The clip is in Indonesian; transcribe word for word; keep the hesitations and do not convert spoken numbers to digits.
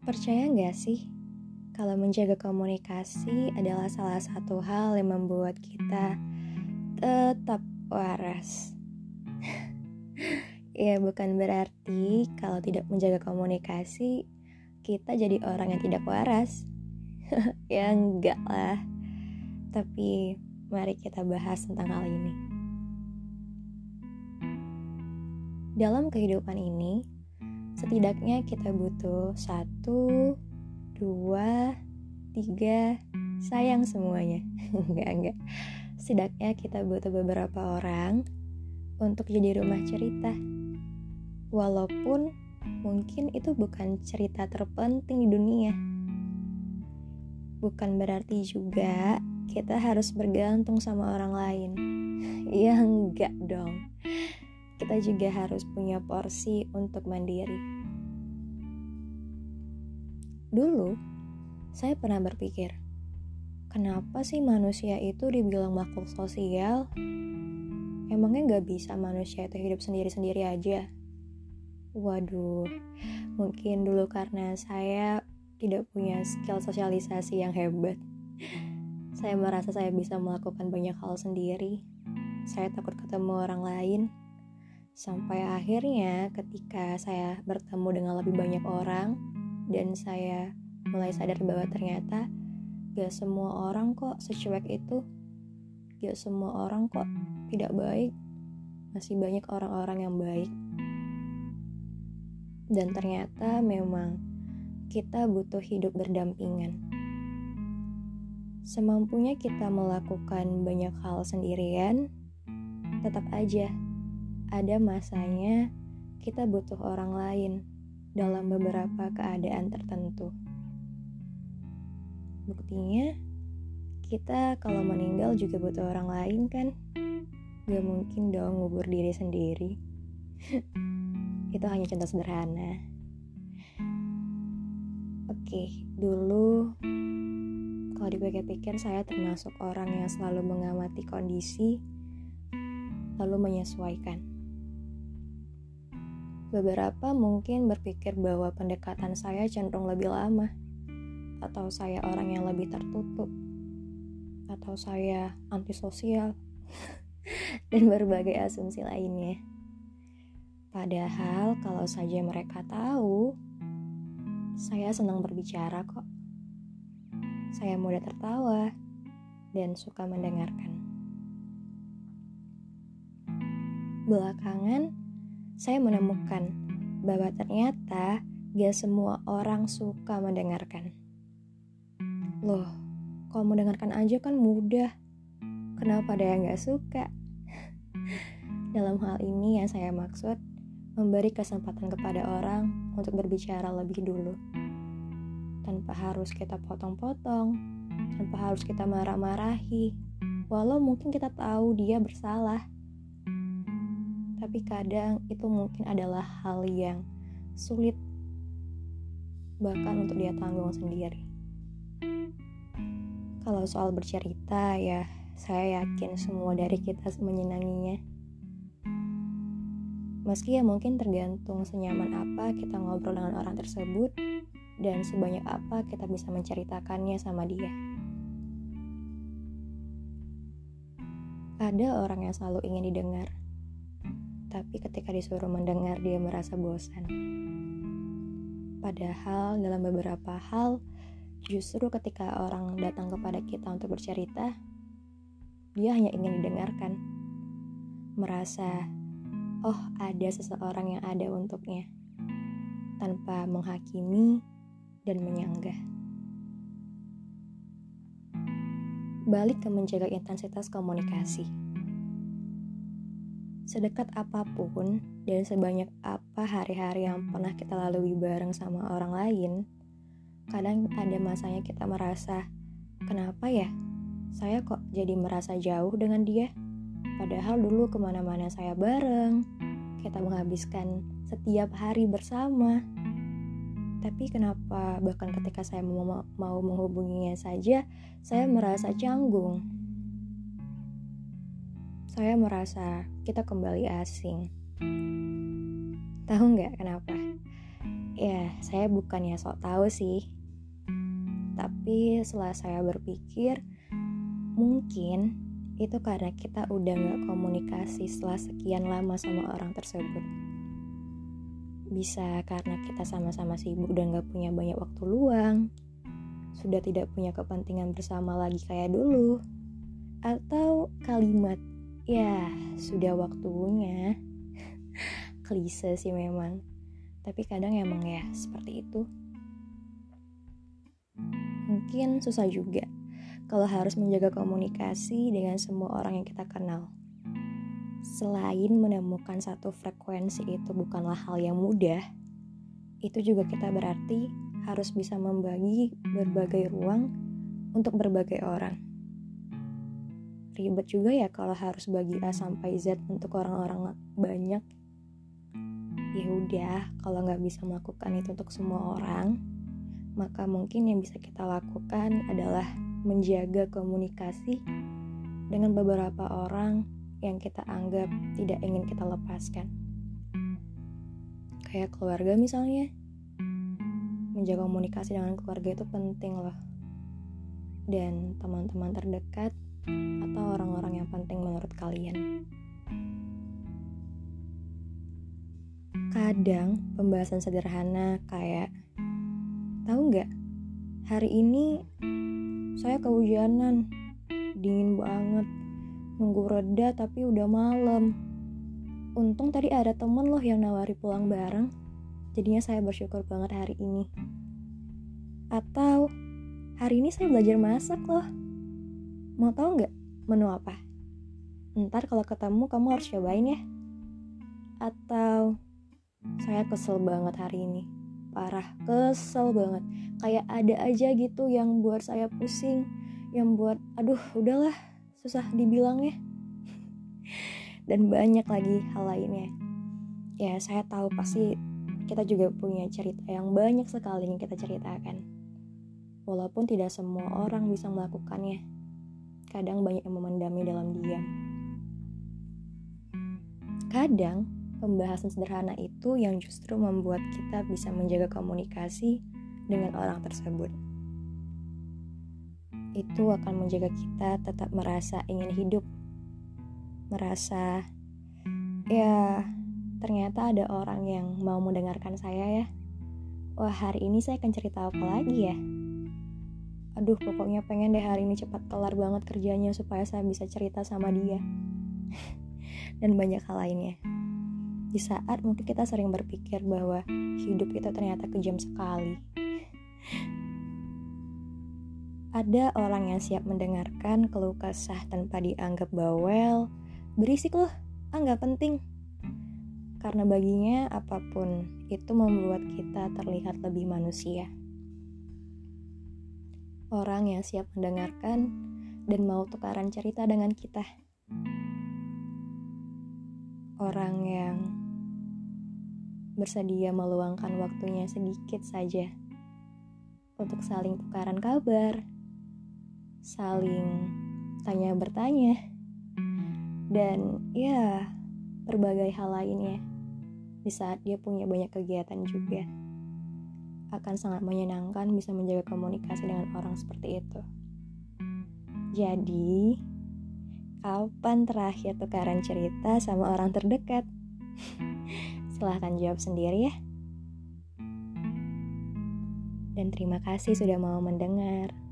Percaya nggak sih kalau menjaga komunikasi adalah salah satu hal yang membuat kita tetap waras? Ya bukan berarti kalau tidak menjaga komunikasi kita jadi orang yang tidak waras. Ya enggak lah. Tapi mari kita bahas tentang hal ini. Dalam kehidupan ini, setidaknya kita butuh satu, dua, tiga, sayang semuanya. Enggak, enggak. Setidaknya kita butuh beberapa orang untuk jadi rumah cerita. Walaupun mungkin itu bukan cerita terpenting di dunia. Bukan berarti juga kita harus bergantung sama orang lain. Ya enggak dong. Kita juga harus punya porsi untuk mandiri. Dulu, saya pernah berpikir, kenapa sih manusia itu dibilang makhluk sosial? Emangnya gak bisa manusia itu hidup sendiri-sendiri aja? Waduh, mungkin dulu karena saya tidak punya skill sosialisasi yang hebat. Saya merasa saya bisa melakukan banyak hal sendiri. Saya takut ketemu orang lain. Sampai akhirnya ketika saya bertemu dengan lebih banyak orang dan saya mulai sadar bahwa ternyata gak semua orang kok secuek itu. Gak semua orang kok tidak baik. Masih banyak orang-orang yang baik. Dan ternyata memang kita butuh hidup berdampingan. Semampunya kita melakukan banyak hal sendirian, tetap aja ada masanya kita butuh orang lain dalam beberapa keadaan tertentu. Buktinya, kita kalau meninggal juga butuh orang lain kan? Gak mungkin dong ngubur diri sendiri. Itu hanya contoh sederhana. Oke, dulu kalau dipikir-pikir saya termasuk orang yang selalu mengamati kondisi lalu menyesuaikan. Beberapa mungkin berpikir bahwa pendekatan saya cenderung lebih lama, atau saya orang yang lebih tertutup, atau saya antisosial, dan berbagai asumsi lainnya. Padahal kalau saja mereka tahu, saya senang berbicara kok. Saya mudah tertawa dan suka mendengarkan. Belakangan, saya menemukan bahwa ternyata gak semua orang suka mendengarkan. Loh, kalau mendengarkan aja kan mudah. Kenapa ada yang gak suka? Dalam hal ini yang saya maksud, memberi kesempatan kepada orang untuk berbicara lebih dulu. Tanpa harus kita potong-potong, tanpa harus kita marah-marahi. Walau mungkin kita tahu dia bersalah. Tapi kadang itu mungkin adalah hal yang sulit bahkan untuk dia tanggung sendiri. Kalau soal bercerita ya saya yakin semua dari kita menyenanginya. Meski ya mungkin tergantung senyaman apa kita ngobrol dengan orang tersebut dan sebanyak apa kita bisa menceritakannya sama dia. Ada orang yang selalu ingin didengar. Tapi ketika disuruh mendengar dia merasa bosan. Padahal dalam beberapa hal justru ketika orang datang kepada kita untuk bercerita, dia hanya ingin didengarkan. Merasa, oh ada seseorang yang ada untuknya. Tanpa menghakimi dan menyanggah. Balik ke menjaga intensitas komunikasi. Sedekat apapun dan sebanyak apa hari-hari yang pernah kita lalui bareng sama orang lain, kadang ada masanya kita merasa, kenapa ya saya kok jadi merasa jauh dengan dia? Padahal dulu kemana-mana saya bareng, kita menghabiskan setiap hari bersama. Tapi kenapa bahkan ketika saya mau, mau menghubunginya saja, saya merasa canggung. Saya merasa kita kembali asing. Tahu nggak kenapa? Ya, saya bukannya sok tahu sih. Tapi setelah saya berpikir, mungkin itu karena kita udah gak komunikasi setelah sekian lama sama orang tersebut. Bisa karena kita sama-sama sibuk dan gak punya banyak waktu luang, sudah tidak punya kepentingan bersama lagi kayak dulu, atau kalimat, ya sudah waktunya. Klise sih memang, tapi kadang emang ya seperti itu. Mungkin susah juga kalau harus menjaga komunikasi dengan semua orang yang kita kenal. Selain menemukan satu frekuensi itu bukanlah hal yang mudah, itu juga kita berarti harus bisa membagi berbagai ruang untuk berbagai orang. Ribet juga ya kalau harus bagi A sampai Z untuk orang-orang banyak. Ya udah, kalau nggak bisa melakukan itu untuk semua orang, maka mungkin yang bisa kita lakukan adalah menjaga komunikasi dengan beberapa orang yang kita anggap tidak ingin kita lepaskan. Kayak keluarga misalnya. Menjaga komunikasi dengan keluarga itu penting loh. Dan teman-teman terdekat atau orang-orang yang penting menurut kalian. Kadang pembahasan sederhana kayak, tahu nggak, hari ini saya kehujanan, dingin banget, nunggu reda tapi udah malam. Untung tadi ada temen loh yang nawari pulang bareng, jadinya saya bersyukur banget hari ini. Atau, hari ini saya belajar masak loh. Mau tahu nggak menu apa? Ntar kalau ketemu kamu harus cobain ya. Atau, saya kesel banget hari ini. Parah, kesel banget. Kayak ada aja gitu yang buat saya pusing, yang buat, aduh udahlah, susah dibilangnya. Dan banyak lagi hal lainnya. Ya saya tahu pasti kita juga punya cerita yang banyak sekali yang kita ceritakan. Walaupun tidak semua orang bisa melakukannya. Kadang banyak yang memendamnya dalam diam. Kadang pembahasan sederhana itu yang justru membuat kita bisa menjaga komunikasi dengan orang tersebut. Itu akan menjaga kita tetap merasa ingin hidup. Merasa, ya ternyata ada orang yang mau mendengarkan saya ya. Wah, hari ini saya akan cerita apa lagi ya? Aduh, pokoknya pengen deh hari ini cepat kelar banget kerjanya supaya saya bisa cerita sama dia. Dan banyak hal lainnya. Di saat mungkin kita sering berpikir bahwa hidup itu ternyata kejam sekali. Ada orang yang siap mendengarkan keluh kesah tanpa dianggap bawel. Berisik loh, ah gak penting. Karena baginya apapun itu membuat kita terlihat lebih manusia. Orang yang siap mendengarkan dan mau tukaran cerita dengan kita. Orang yang bersedia meluangkan waktunya sedikit saja untuk saling tukaran kabar, saling tanya bertanya, dan ya berbagai hal lainnya. Di saat dia punya banyak kegiatan juga, akan sangat menyenangkan bisa menjaga komunikasi dengan orang seperti itu. Jadi, kapan terakhir tukaran cerita sama orang terdekat? Silahkan jawab sendiri ya. Dan terima kasih sudah mau mendengar.